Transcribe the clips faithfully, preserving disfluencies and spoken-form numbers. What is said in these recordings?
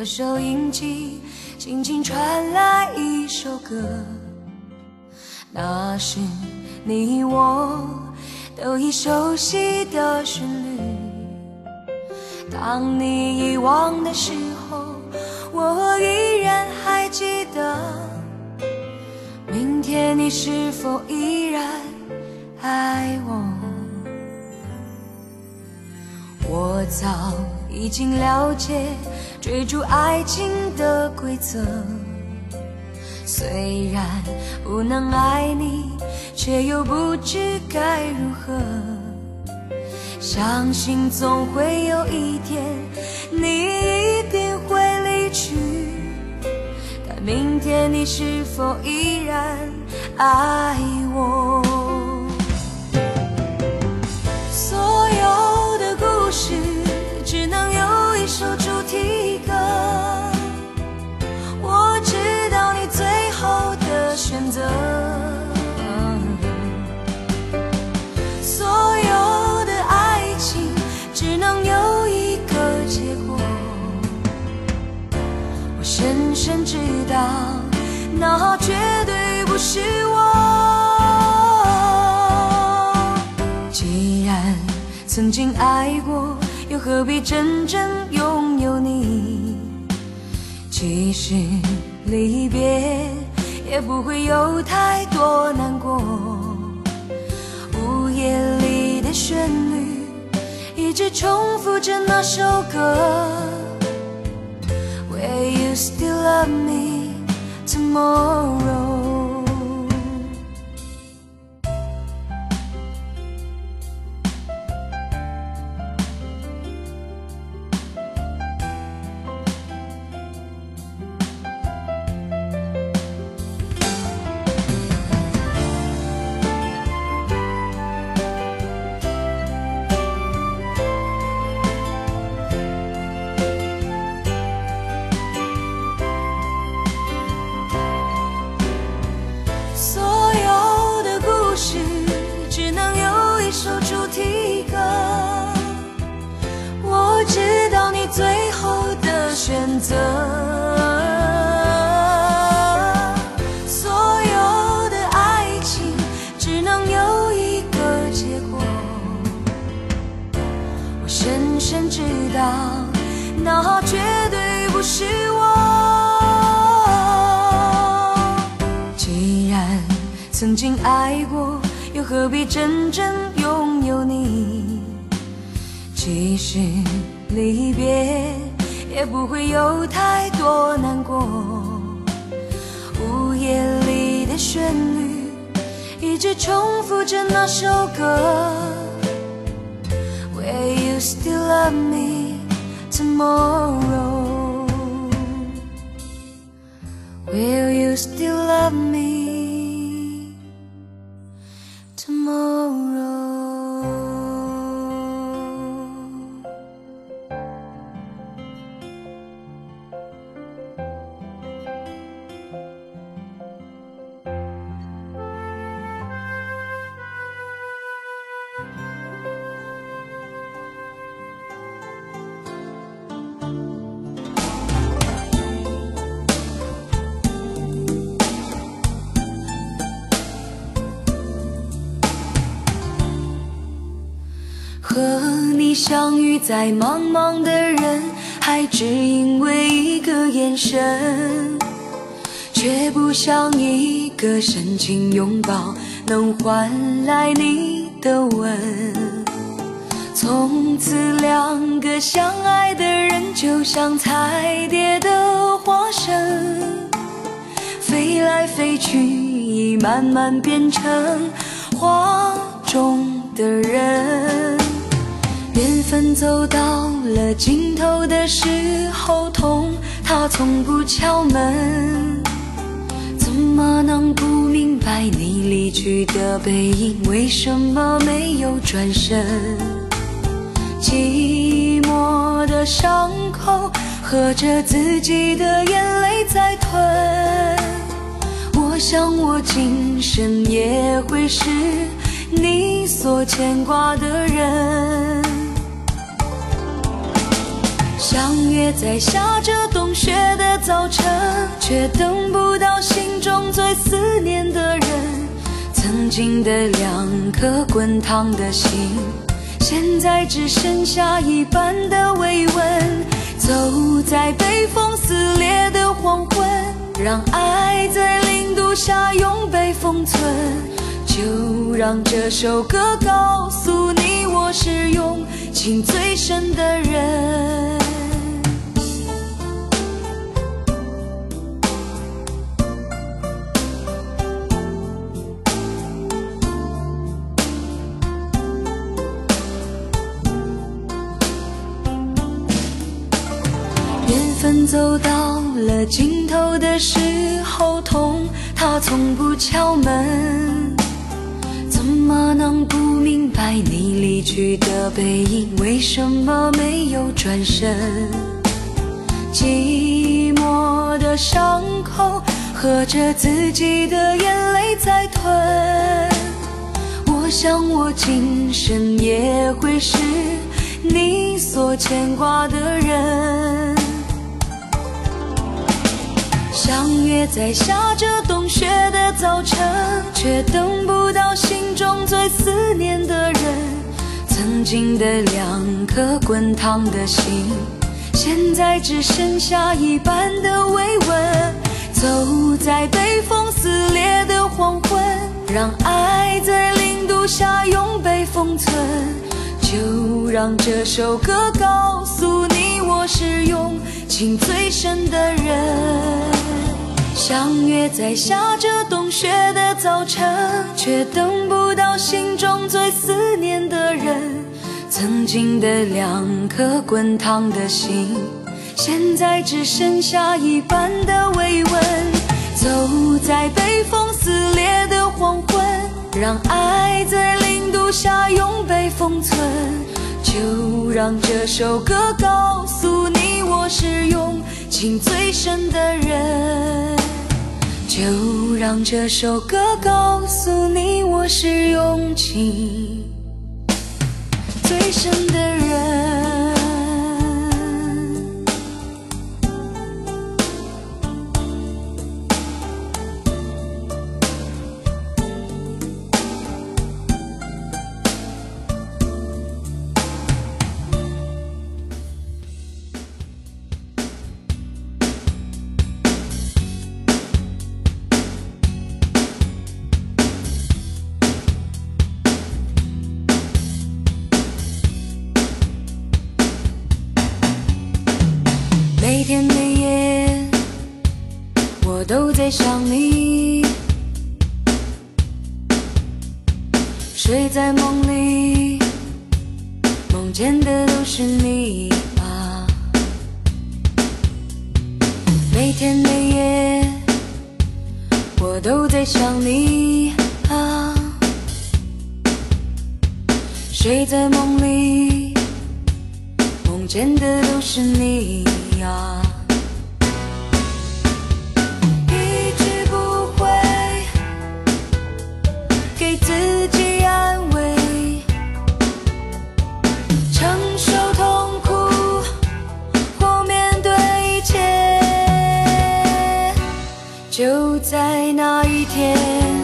的收音机轻轻传来一首歌，那是你我都已熟悉的旋律。当你遗忘的时候，我依然还记得。明天你是否依然爱我？我早已经了解追逐爱情的规则，虽然不能爱你，却又不知该如何。相信总会有一天，你一定会离去，但明天你是否依然爱我？所有的故事只能有一首主题歌，我知道你最后的选择。所有的爱情只能有一个结果，我深深知道那绝对不是我。既然曾经爱过，又何必真正拥有你？即使离别，也不会有太多难过。午夜里的旋律一直重复着那首歌， Will you still love me tomorrow？最后的选择，所有的爱情只能有一个结果，我深深知道那绝对不是我。既然曾经爱过，又何必真正拥有你？即使离别，也不会有太多难过。午夜里的旋律一直重复着那首歌， Will you still love me tomorrow？ Will you still love me tomorrow？和你相遇在茫茫的人海，只因为一个眼神，却不像一个深情拥抱能换来你的吻。从此两个相爱的人就像彩蝶的化身，飞来飞去已慢慢变成画中的人。缘分走到了尽头的时候，痛它从不敲门，怎么能不明白你离去的背影为什么没有转身？寂寞的伤口喝着自己的眼泪在吞，我想我今生也会是你所牵挂的人。 相约在下着冬雪的早晨，却等不到心中最思念的人。曾经的两颗滚烫的心，现在只剩下一半的慰问。走在被风撕裂的黄昏，让爱在零度下永被封存。就让这首歌告诉你，我是用情最深的人。缘分走到了尽头的时候，痛它从不敲门。怎么能不明白你离去的背影，为什么没有转身？寂寞的伤口，喝着自己的眼泪在吞。我想我今生也会是你所牵挂的人。相约在下着冬雪的早晨，却等不到心中最思念的人。曾经的两颗滚烫的心，现在只剩下一半的慰问。走在被风撕裂的黄昏，让爱在零度下永被封存。就让这首歌告诉你，我是用情最深的人。相约在下着冬雪的早晨，却等不到心中最思念的人。曾经的两颗滚烫的心，现在只剩下一半的慰问。走在被风撕裂的黄昏，让爱在零度下永被封存。就让这首歌告诉你，我是用情最深的人。就让这首歌告诉你，我是用情最深的人。每天每夜我都在想你，睡在梦里，梦见的都是你啊。每天每夜我都在想你啊，睡在梦里，梦见的都是你啊。一直不会给自己安慰，承受痛苦或面对一切。就在那一天，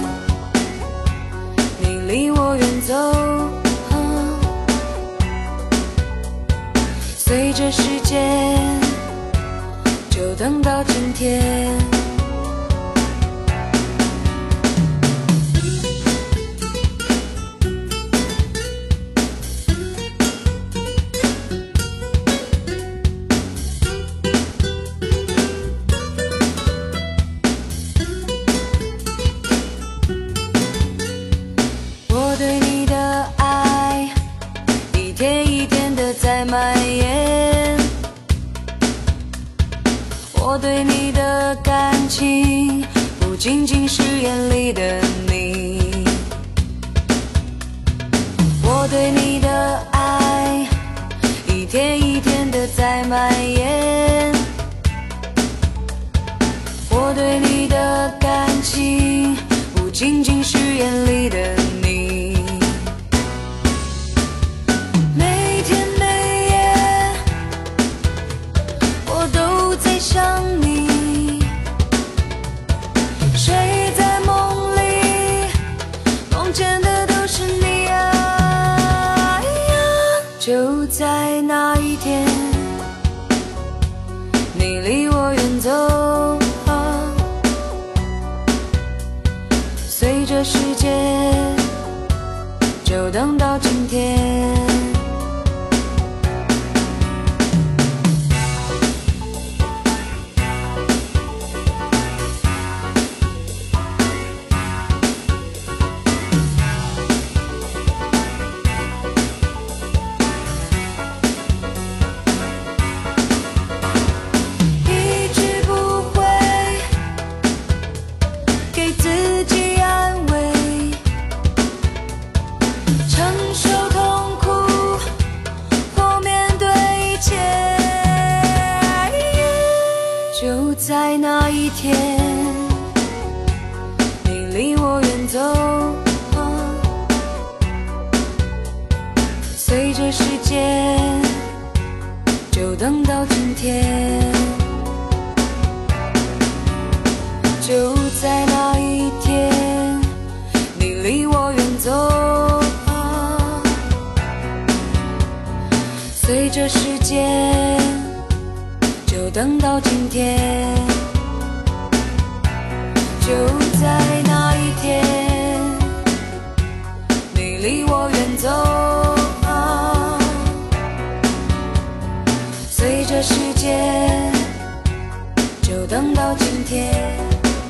你离我远走，随着时间就等到今天。我对你的爱一天一天的在蔓延，我对你的感情不仅仅是眼里的你，我对你的爱一天一天的在蔓延，我对你的感情不仅仅是眼里的你。每天每夜想你，睡在梦里，梦见的都是你啊。就在那一天，你离我远走，随着时间，就等到今天。就在那一天，你离我远走，随着时间，就等到今天。就在那一天，你离我远走，随着时间，就等到今天。就在那一天，你离我远走，随着时间，就等到今天。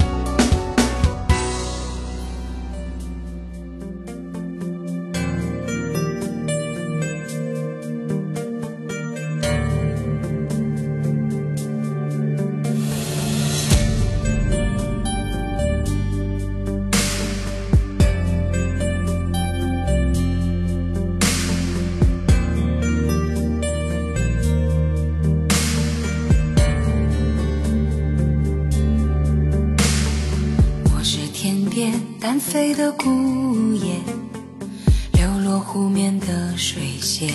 单飞的孤雁，流落湖面的水线。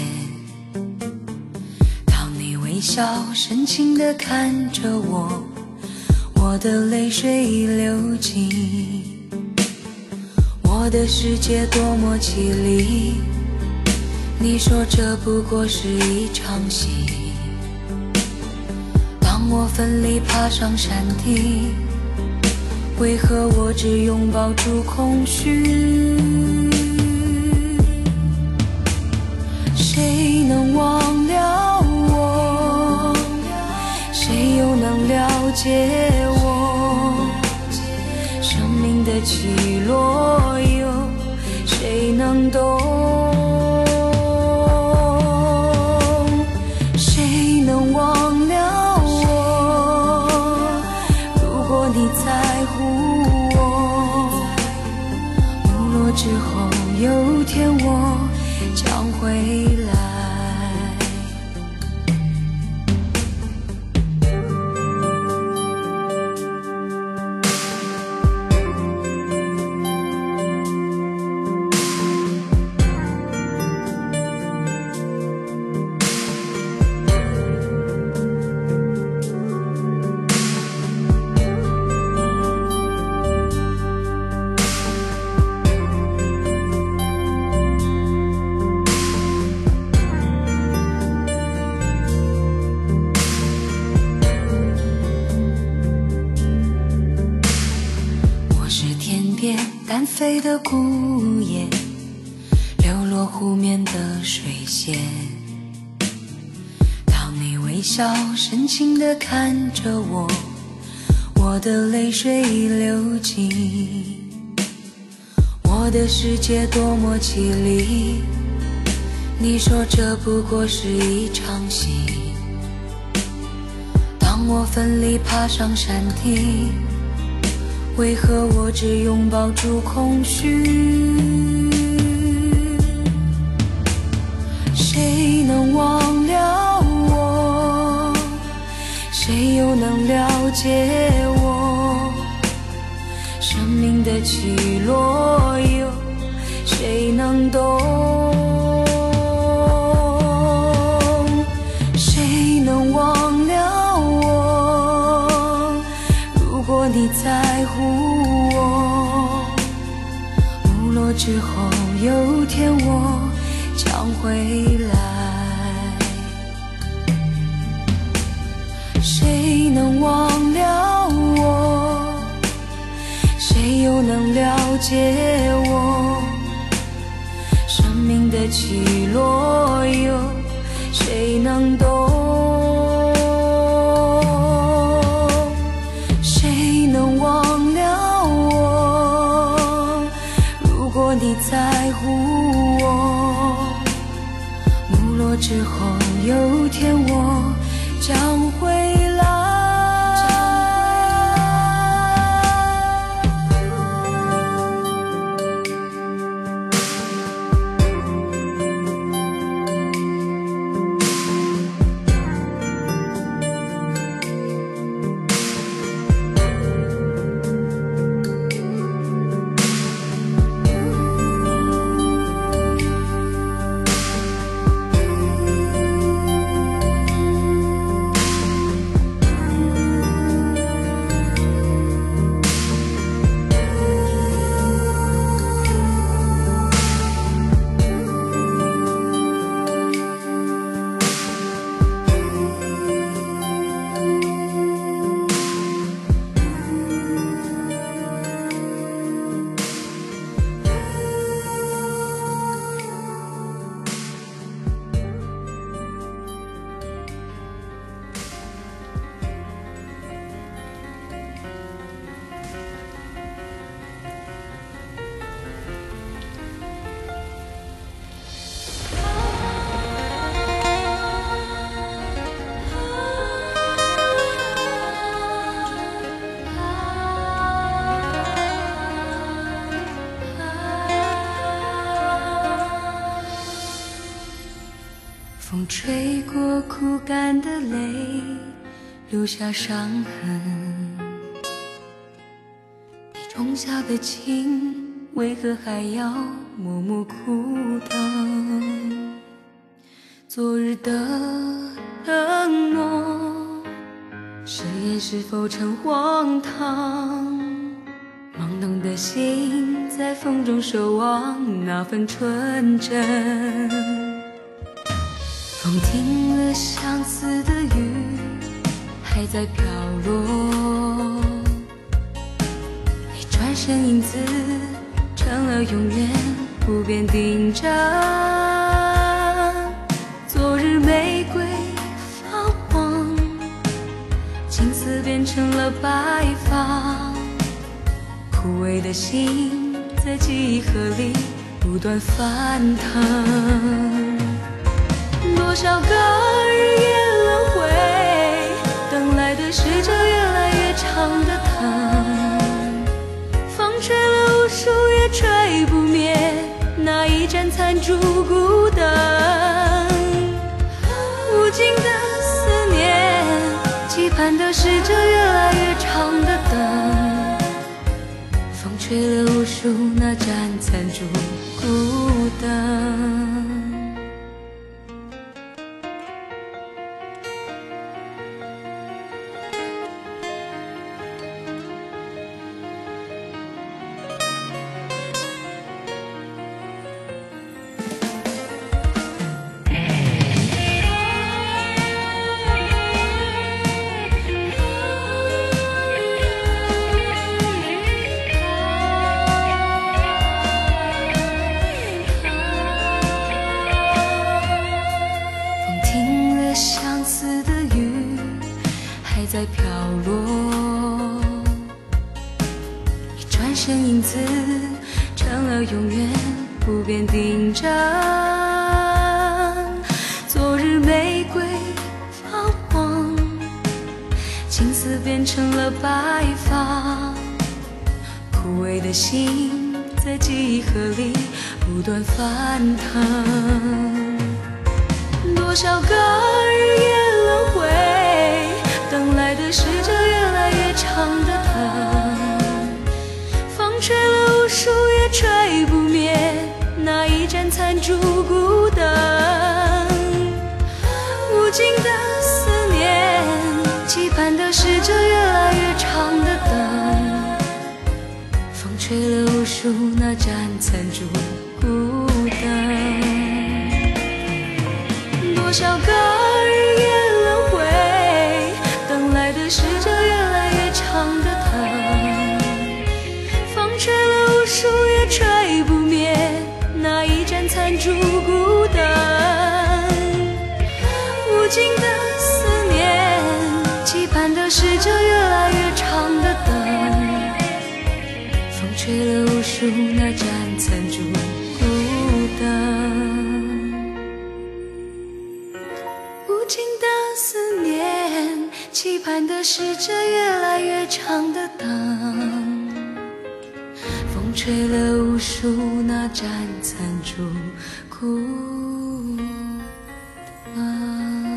当你微笑深情地看着我，我的泪水已流尽。我的世界多么绮丽，你说这不过是一场戏。当我奋力爬上山顶，为何我只拥抱住空虚？谁能忘了我？谁又能了解我？生命的起落，有谁能懂？谁能忘了我？如果你在乎之后，有天我将回来。单飞的孤雁，流落湖面的水线。当你微笑深情地看着我，我的泪水已流尽。我的世界多么绮丽，你说这不过是一场戏。当我奋力爬上山顶，为何我只拥抱住空虚？谁能忘了我？谁又能了解我？生命的起落，有谁能懂？谁能忘了我？ 你在乎我，日落之后有天我将回来。谁能忘了我？谁又能了解我？生命的起落，有谁能懂？谁能忘了我？如果你在乎我，日落之后有天我将回来。风吹过枯干的泪，留下伤痕。你种下的情，为何还要默默苦等？昨日的承诺，誓言是否成荒唐？懵懂的心，在风中守望那份纯真。风停了，相思的雨还在飘落，你转身影子成了永远不变定章。昨日玫瑰发黄，青丝变成了白发，枯萎的心在记忆河里不断翻腾。多少个日夜轮回，等来的是这越来越长的疼。风吹了无数夜，吹不灭那一盏残烛孤灯。无尽的思念，期盼的是这越来越长的灯。风吹了无数那盏残烛孤灯。在飘落，一转身影子成了永远不变定章。昨日玫瑰发黄，青丝变成了白发，枯萎的心在记忆河里不断翻腾。多少个日夜轮回，等来的是这越来越长的疼。风吹了无数夜，吹不灭那一盏残烛孤灯。无尽的思念，期盼的是这越来越长的灯。 吹了无数那盏残烛孤灯，多少个日夜轮回，等来的是这越来越长的藤。风吹了无数也吹不灭那一盏残烛孤灯，无尽的思念，期盼的是这越来越长的灯。风吹了无数那盏残烛孤灯，无尽的思念，期盼的是这越来越长的灯。风吹了无数那盏残烛孤灯。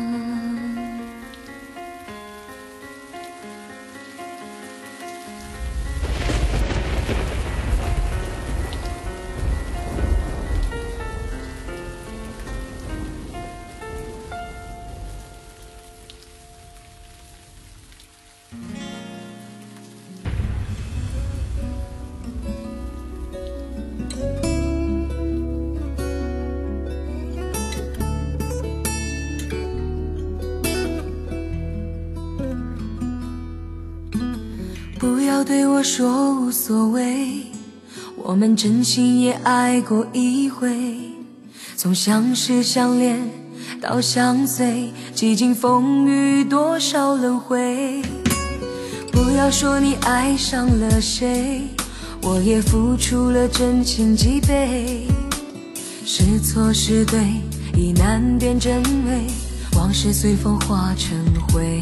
不要对我说无所谓，我们真心也爱过一回，从相识相恋到相随，几经风雨多少轮回。不要说你爱上了谁，我也付出了真情几倍，是错是对已难辨真伪，往事随风化成灰。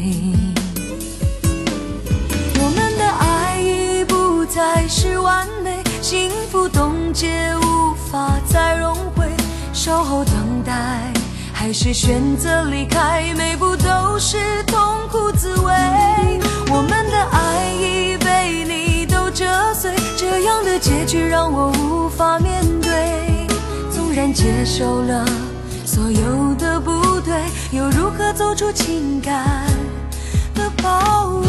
我们的爱已不再是完美，幸福冻结无法再融汇，守候等待还是选择离开，每步都是痛苦滋味。我们的爱已被你都折碎，这样的结局让我无法面对。纵然接受了所有的不对，又如何走出情感的包围？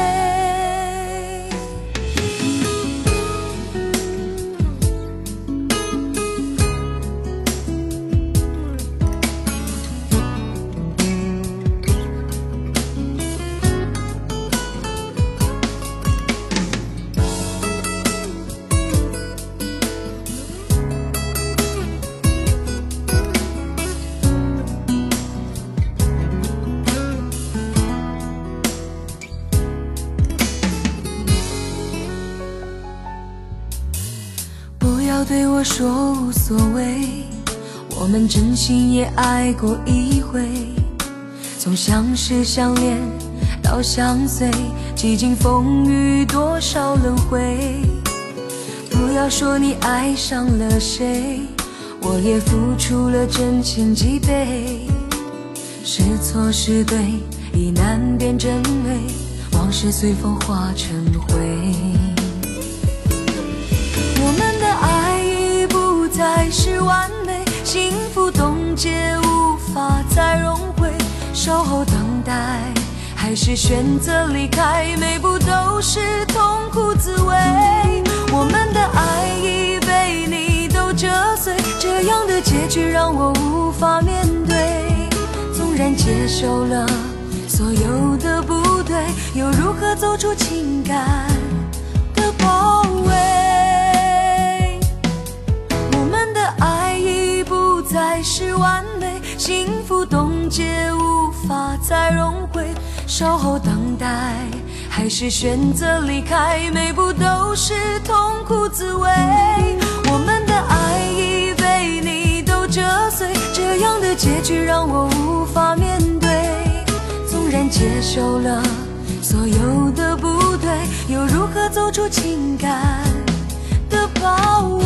对我说无所谓，我们真心也爱过一回，从相识相恋到相随，几经风雨多少轮回。不要说你爱上了谁，我也付出了真情几倍，是错是对已难辨真伪，往事随风化成灰。我们的爱已不再是完美，幸福冻结无法再融汇，守候等待还是选择离开，每步都是痛苦滋味。我们的爱已被你都折碎，这样的结局让我无法面对。纵然接受了所有的不对，又如何走出情感的包围？再是完美，幸福冻结无法再融汇，守候等待还是选择离开，每步都是痛苦滋味。我们的爱已被你都折碎，这样的结局让我无法面对。纵然接受了所有的不对，又如何走出情感的包围？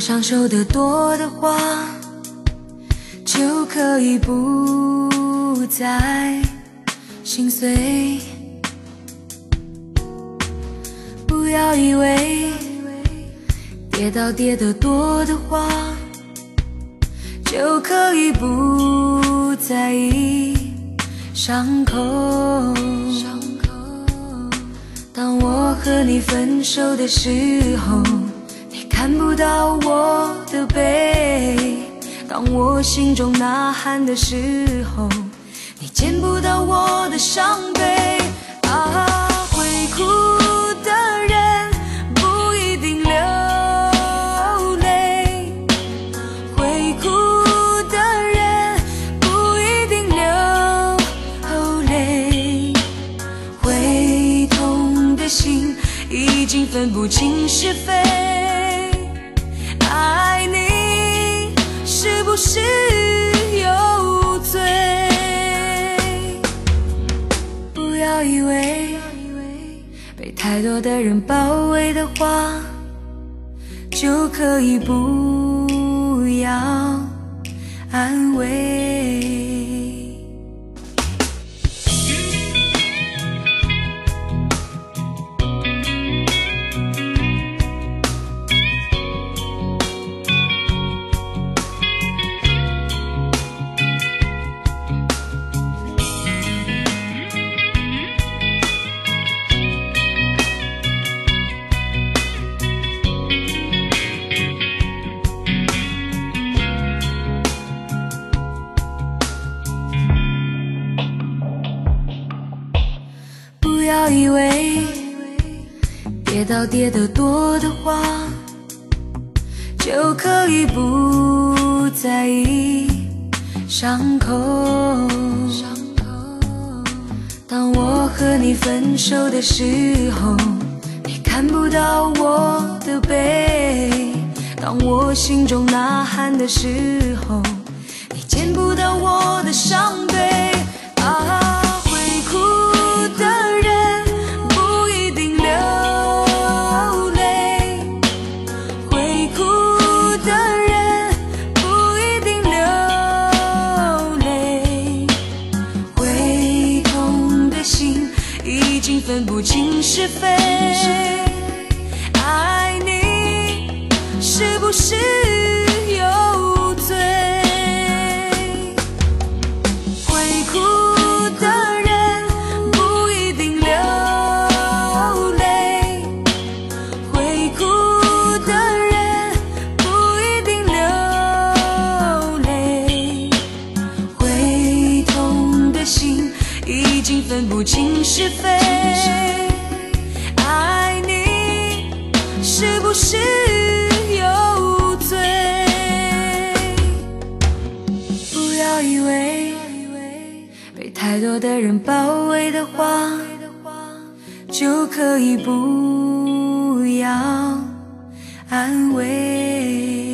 享受得多的话，就可以不再心碎。不要以为跌倒跌得多的话，就可以不在意伤口。当我和你分手的时候，你看不到我的背；当我心中呐喊的时候，你见不到我的伤悲。啊，会哭的人不一定流泪，会哭的人不一定流泪，会痛的心已经分不清是非。爱你是不是有罪？不要以为被太多的人包围的话，就可以不要安慰。不要以为跌倒跌得多的话，就可以不在意伤口。当我和你分手的时候，你看不到我的背；当我心中呐喊的时候，你见不到我的伤悲。啊，会哭的人不一定流泪，会哭的人不一定流泪，会痛的心已经分不清是非。爱你是不是有罪？会哭的人不一定流泪，会哭的人不一定流泪，会痛的心已经分不清是非。爱你是不是有罪？不要以为被太多的人包围的话，就可以不要安慰。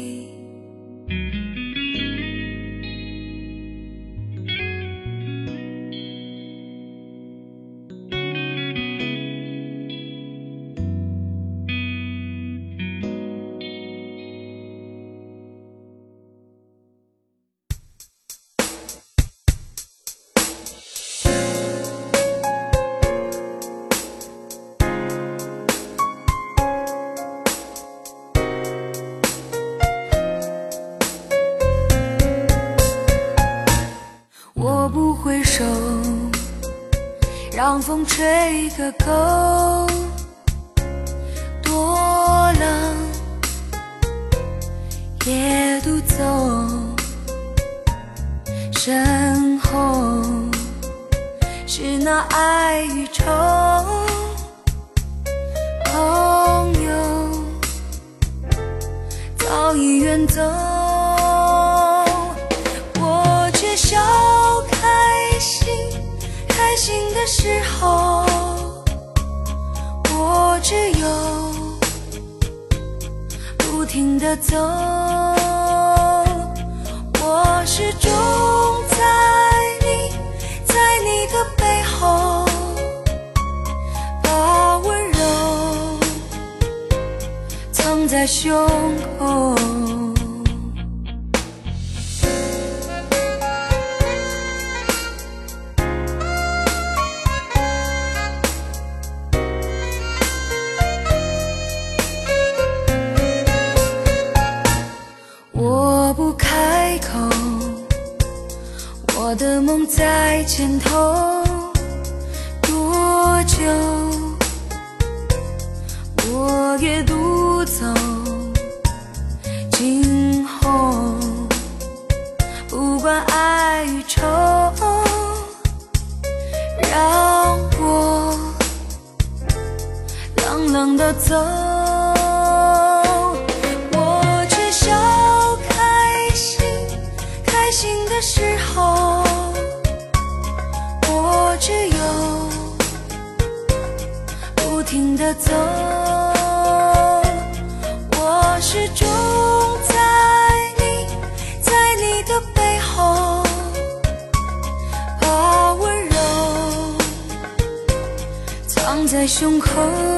我不回首，让风吹个够，多冷也独走，身后是那爱与愁。朋友早已远走，我却笑开心，开心的时候，我只有不停地走。我始终在你，在你的背后，把温柔藏在胸口。我不开口，我的梦在前头，多久我也独走，今后不管爱与愁，让我冷冷地走。我缺少开心，开心的时候，我只有不停地走。我始终在你，在你的背后，把温柔藏在胸口。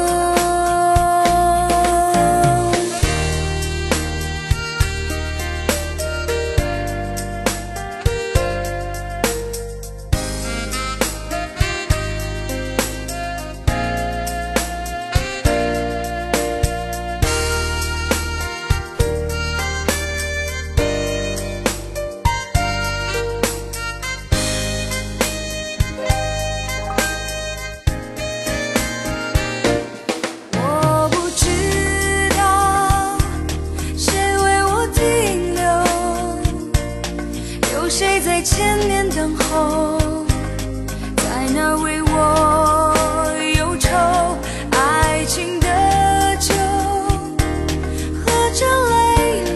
谁在前面等候，在那为我忧愁，爱情的酒喝着泪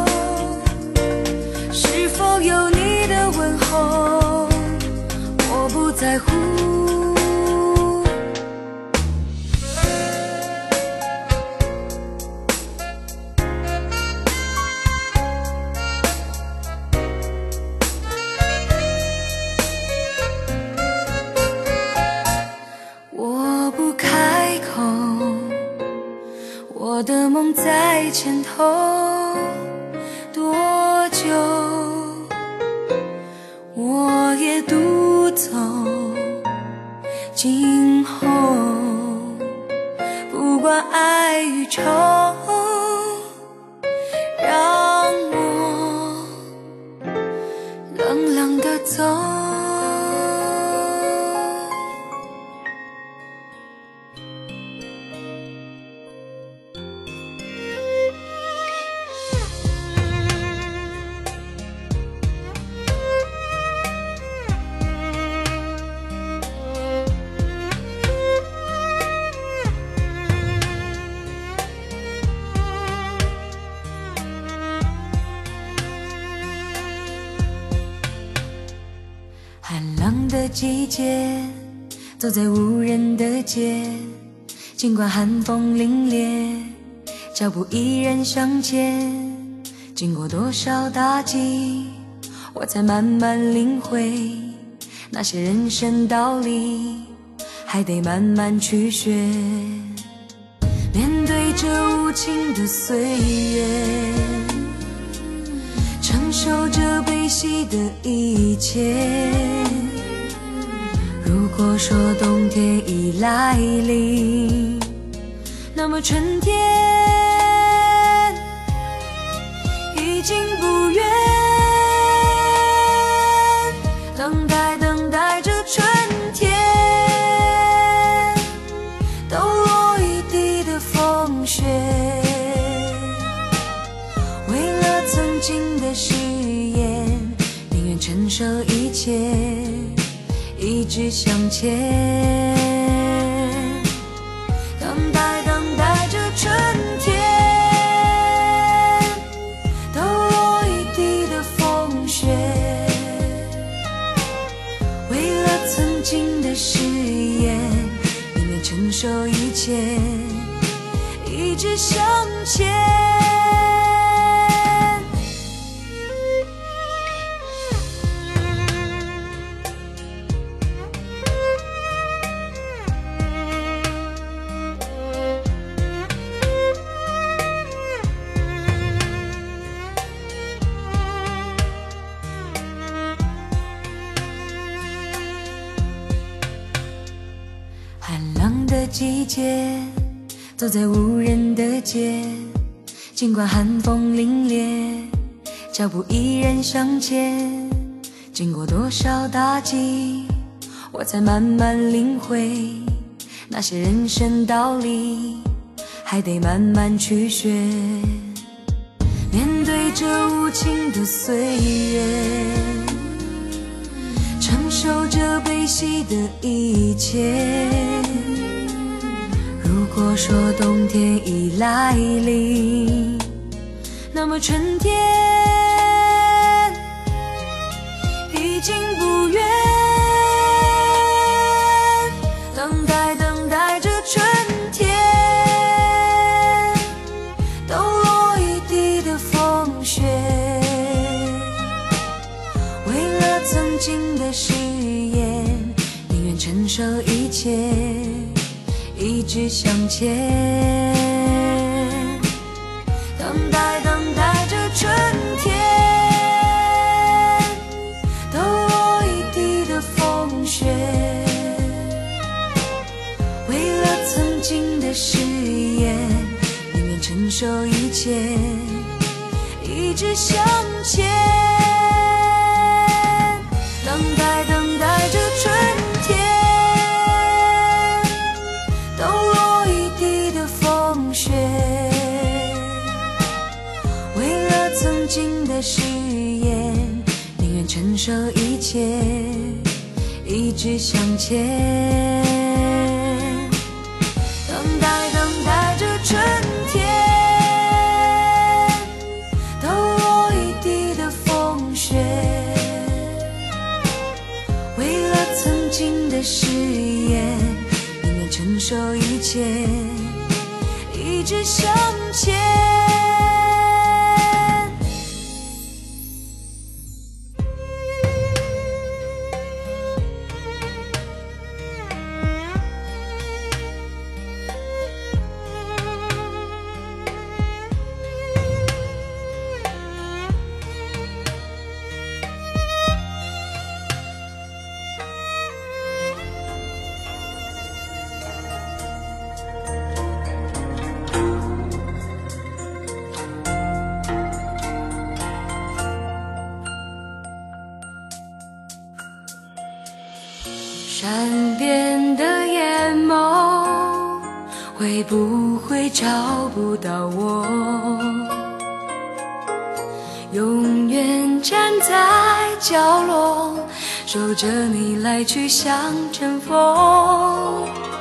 流，是否有你的问候，我不在乎。我的梦在前头，多久我也独走，今后不管爱与愁，让我冷冷地走。寒冷的季节，走在无人的街，尽管寒风凛冽，脚步依然向前。经过多少打击，我才慢慢领会，那些人生道理，还得慢慢去学。面对这无情的岁月，承受着悲喜的一切。如果说冬天已来临，那么春天已经不远。等待等待着春天，抖落一地的风雪。为了曾经的誓言，宁愿承受一切，一直向前。等待等待着春天，抖落一地的风雪。为了曾经的誓言，宁愿承受一切，一直向前。 季节，走在无人的街，尽管寒风凛冽，脚步依然向前。经过多少打击，我才慢慢领会那些人生道理，还得慢慢去学。面对这无情的岁月，承受着悲喜的一切。如果说冬天已来临，那么春天已经不远。等待等待着春天，抖落一地的风雪。为了曾经的誓言，宁愿承受一切，一直向前。等待等待着春天，抖落一地的风雪。为了曾经的誓言，宁愿承受一切，一直向前。等待等待着春天，抖落一地的风雪。为了曾经的誓言，宁愿承受一切，一直向前。等待等待着春天，抖落一地的风雪。为了曾经的誓言，宁愿承受一切，一直向前。山边的眼眸，会不会找不到我？永远站在角落，守着你来去像阵风。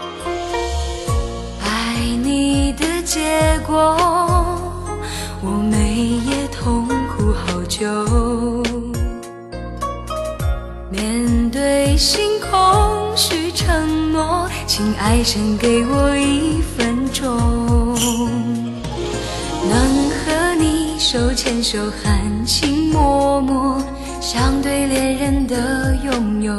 爱你的结果，我每夜痛苦好久。面对星空许承诺，请爱神给我一分钟，能和你手牵手含情脉脉，像对恋人的拥有，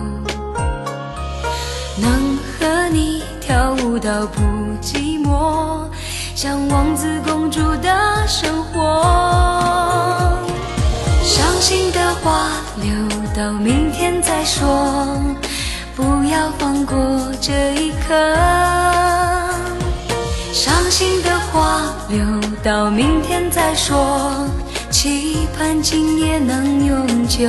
能和你跳舞到不寂寞，像王子公主的生活。伤心的话留到明天再说，不要放过这一刻。伤心的话留到明天再说，期盼今夜能永久。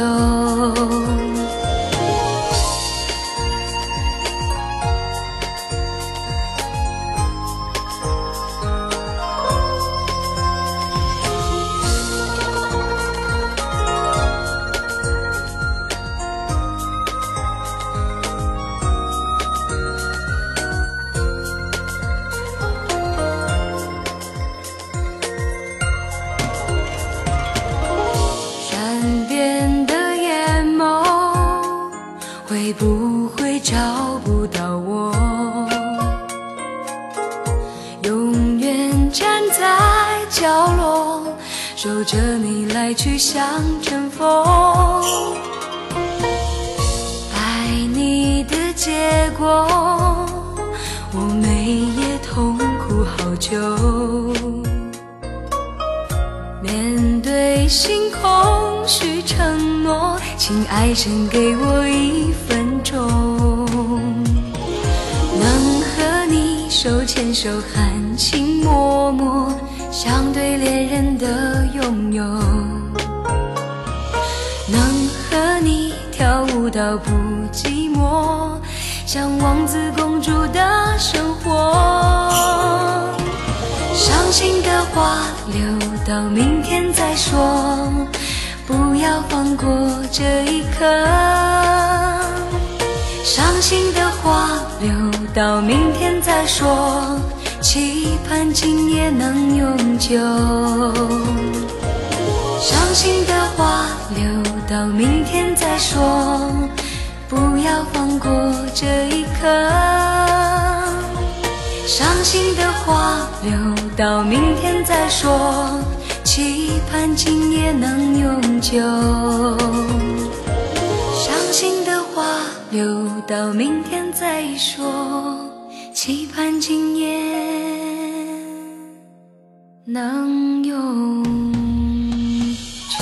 会不会找不到我？永远站在角落，守着你来去像阵风。爱你的结果，我每夜痛苦好久。面对星空许承诺，请爱神给我一分钟，能和你手牵手含情脉脉，像对恋人的拥有。能和你跳舞到不寂寞，像王子公主的生活。伤心的话留到明天再说，不要放过这一刻。伤心的话留到明天再说，期盼今夜能永久。伤心的话留到明天再说，不要放过这一刻。伤心的话留到明天再说，期盼今夜能永久。伤心的话留到明天再说，期盼今夜能永久。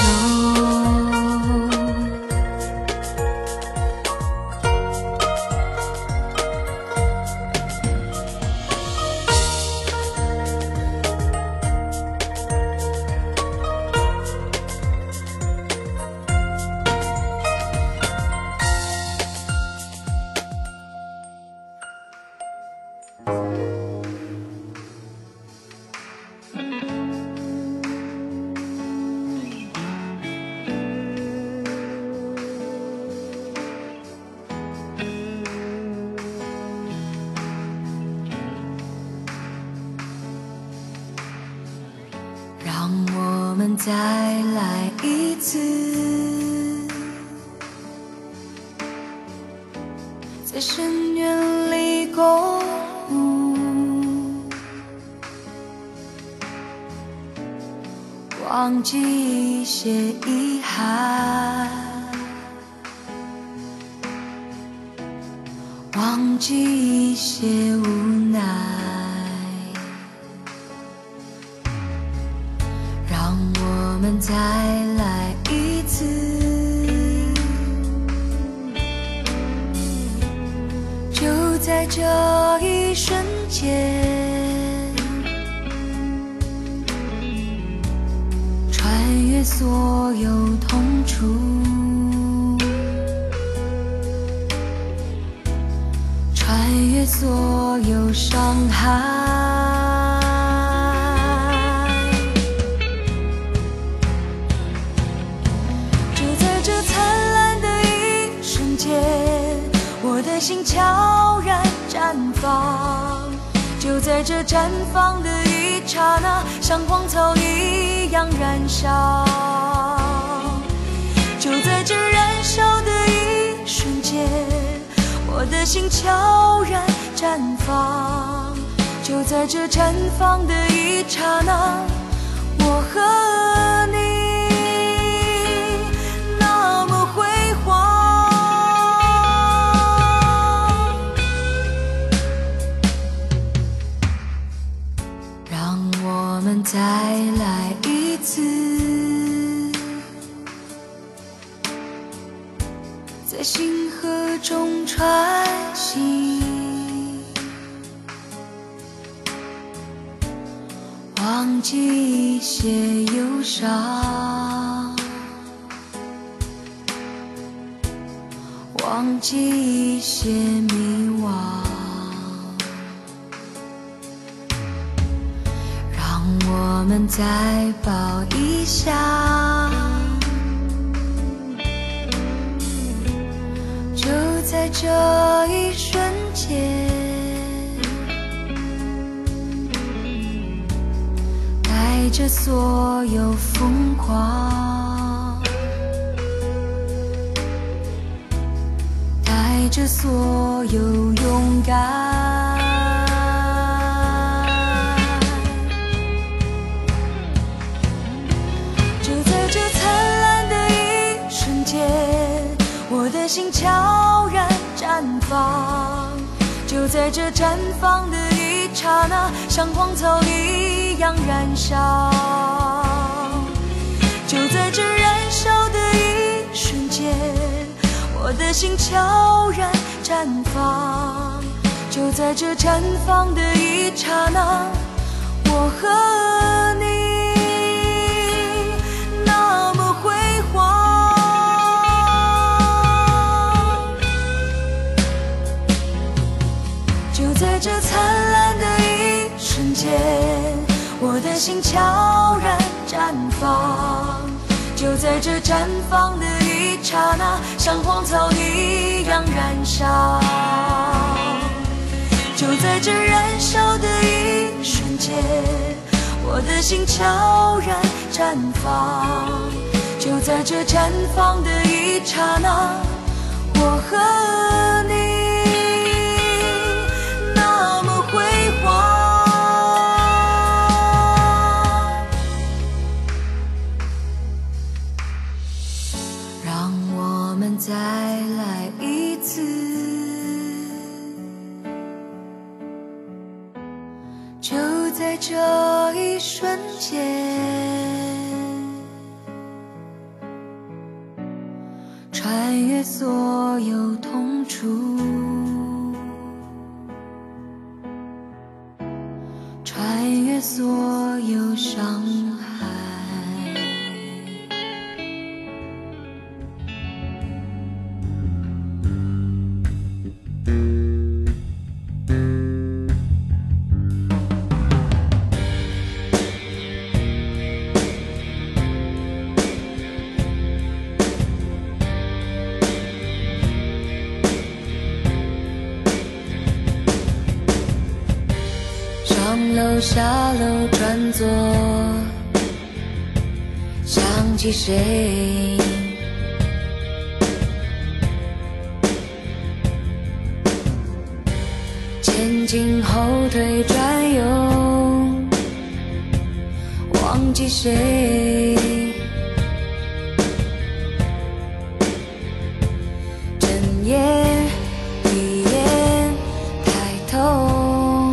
让我们再来一次，在深渊里共舞，忘记一些遗憾，忘记一些无奈。让我们再来一次，就在这一瞬间，穿越所有痛楚，穿越所有伤害。我的心悄然绽放，就在这绽放的一刹那，像荒草一样燃烧。就在这燃烧的一瞬间，我的心悄然绽放，就在这绽放的一刹那，我和你那么辉煌。我们再来一次，在星河中穿行，忘记一些忧伤，忘记一些迷惘。我们再抱一下，就在这一瞬间，带着所有疯狂，带着所有勇敢。我的心悄然绽放，就在这绽放的一刹那，像荒草一样燃烧。就在这燃烧的一瞬间，我的心悄然绽放， 就在这绽放的一刹那，我和你那么辉煌。就在这灿烂的一瞬间，我的心悄然绽放。就在这绽放的一刹那，像荒草一样燃烧。就在这燃烧的一瞬间，我的心悄然绽放。就在这绽放的一刹那，我和你那么辉煌。让我们再来一次，就在这一瞬间，穿越所有痛楚，穿越所有伤害。上楼下楼转左，想起谁？前进后退转右，忘记谁？睁眼闭眼抬头，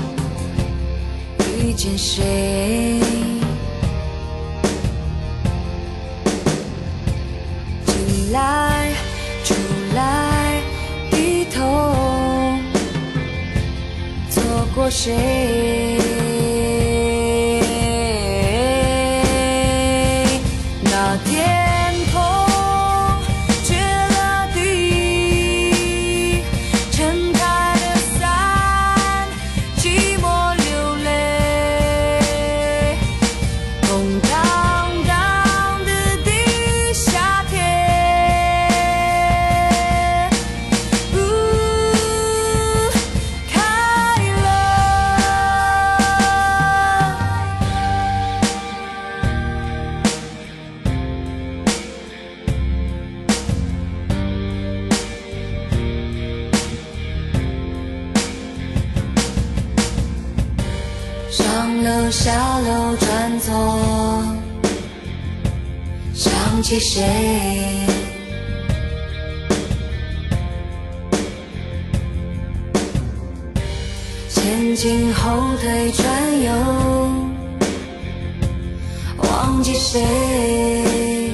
遇见谁？进来出来低头，错过谁？那天空缺了地，撑开了伞，寂寞流泪，空荡荡的地，夏天，呜，开了。上楼下楼转左，想起谁？前进后退转右，忘记谁？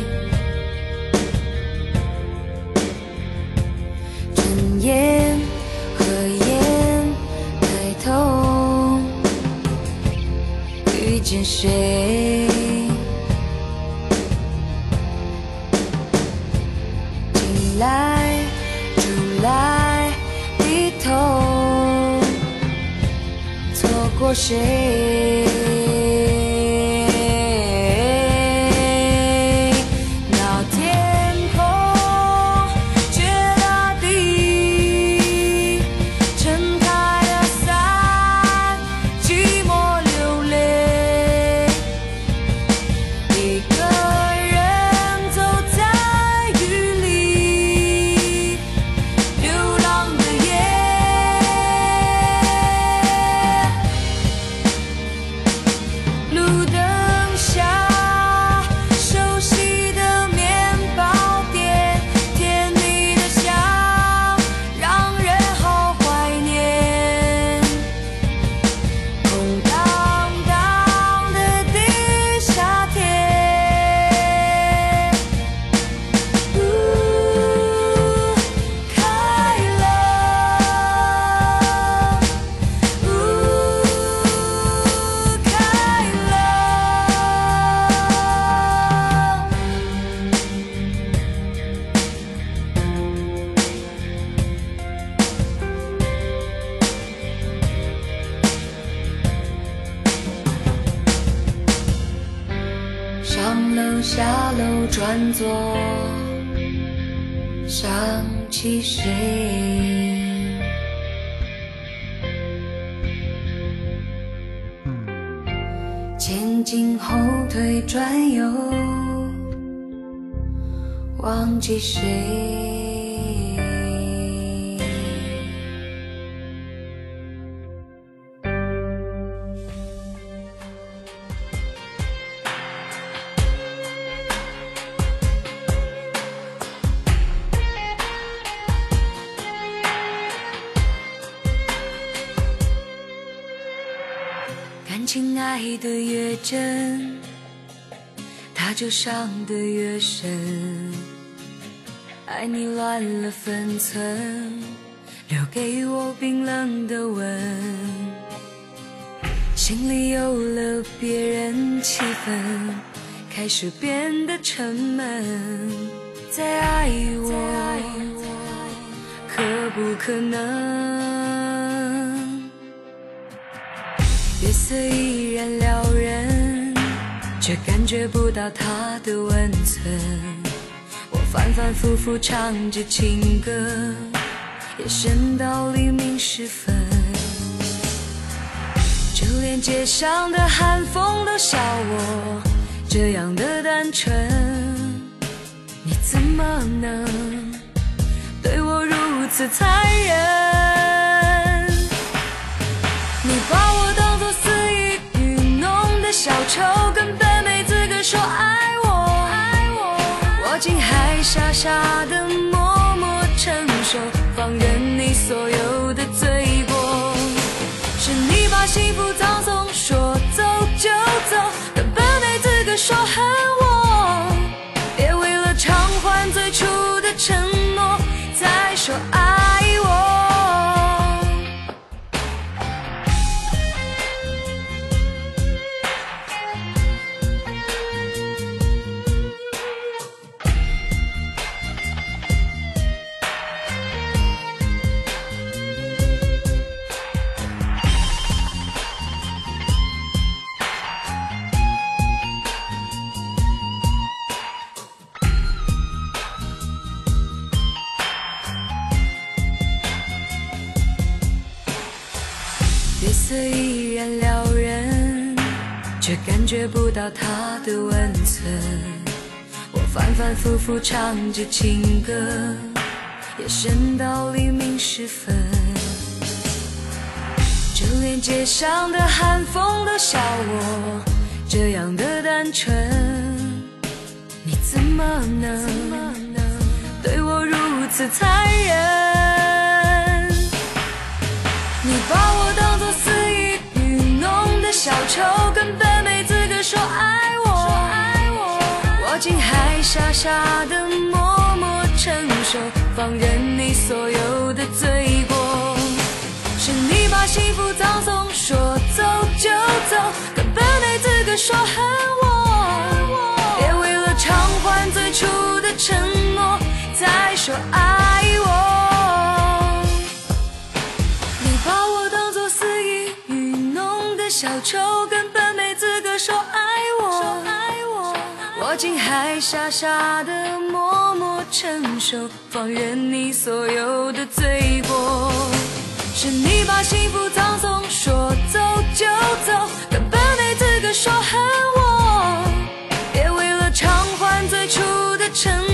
睁眼合眼抬头，遇见谁？进来出来低头，错过谁？那天空缺了地，撑开了伞，寂寞流泪，一个人走在雨里，流浪的夜。 换作想起谁。前进后退转右，忘记谁。感情爱得越真，它就伤得越深。爱你乱了分寸，留给我冰冷的吻。心里有了别人，气氛开始变得沉闷。再爱我，可不可能？月色依然撩人，却感觉不到它的温存。我反反复复唱着情歌，夜深到黎明时分。就连街上的寒风都笑我这样的单纯。你怎么能对我如此残忍？你把我当作肆意愚弄的小丑，根本没资格说爱我。我竟还傻傻的默默承受，放任你所有的罪过。是你把幸福葬送，说走就走，根本没资格说恨我。别为了偿还最初的承诺，再说爱我。月色依然撩人，却感觉不到它的温存。我反反复复唱着情歌，夜深到黎明时分。就连街上的寒风都笑我这样的单纯。你怎么能对我如此残忍？你把我当作肆意愚弄的小丑，根本没资格说爱我。我竟还傻傻的默默承受，放任你所有的罪过。是你把幸福葬送，说走就走，根本没资格说恨我。别为了偿还最初的承诺，再说爱我。小丑根本没资格说爱我，我竟还傻傻的默默承受，放任你所有的罪过。是你把幸福葬送，说走就走，根本没资格说恨我。别为了偿还最初的承诺，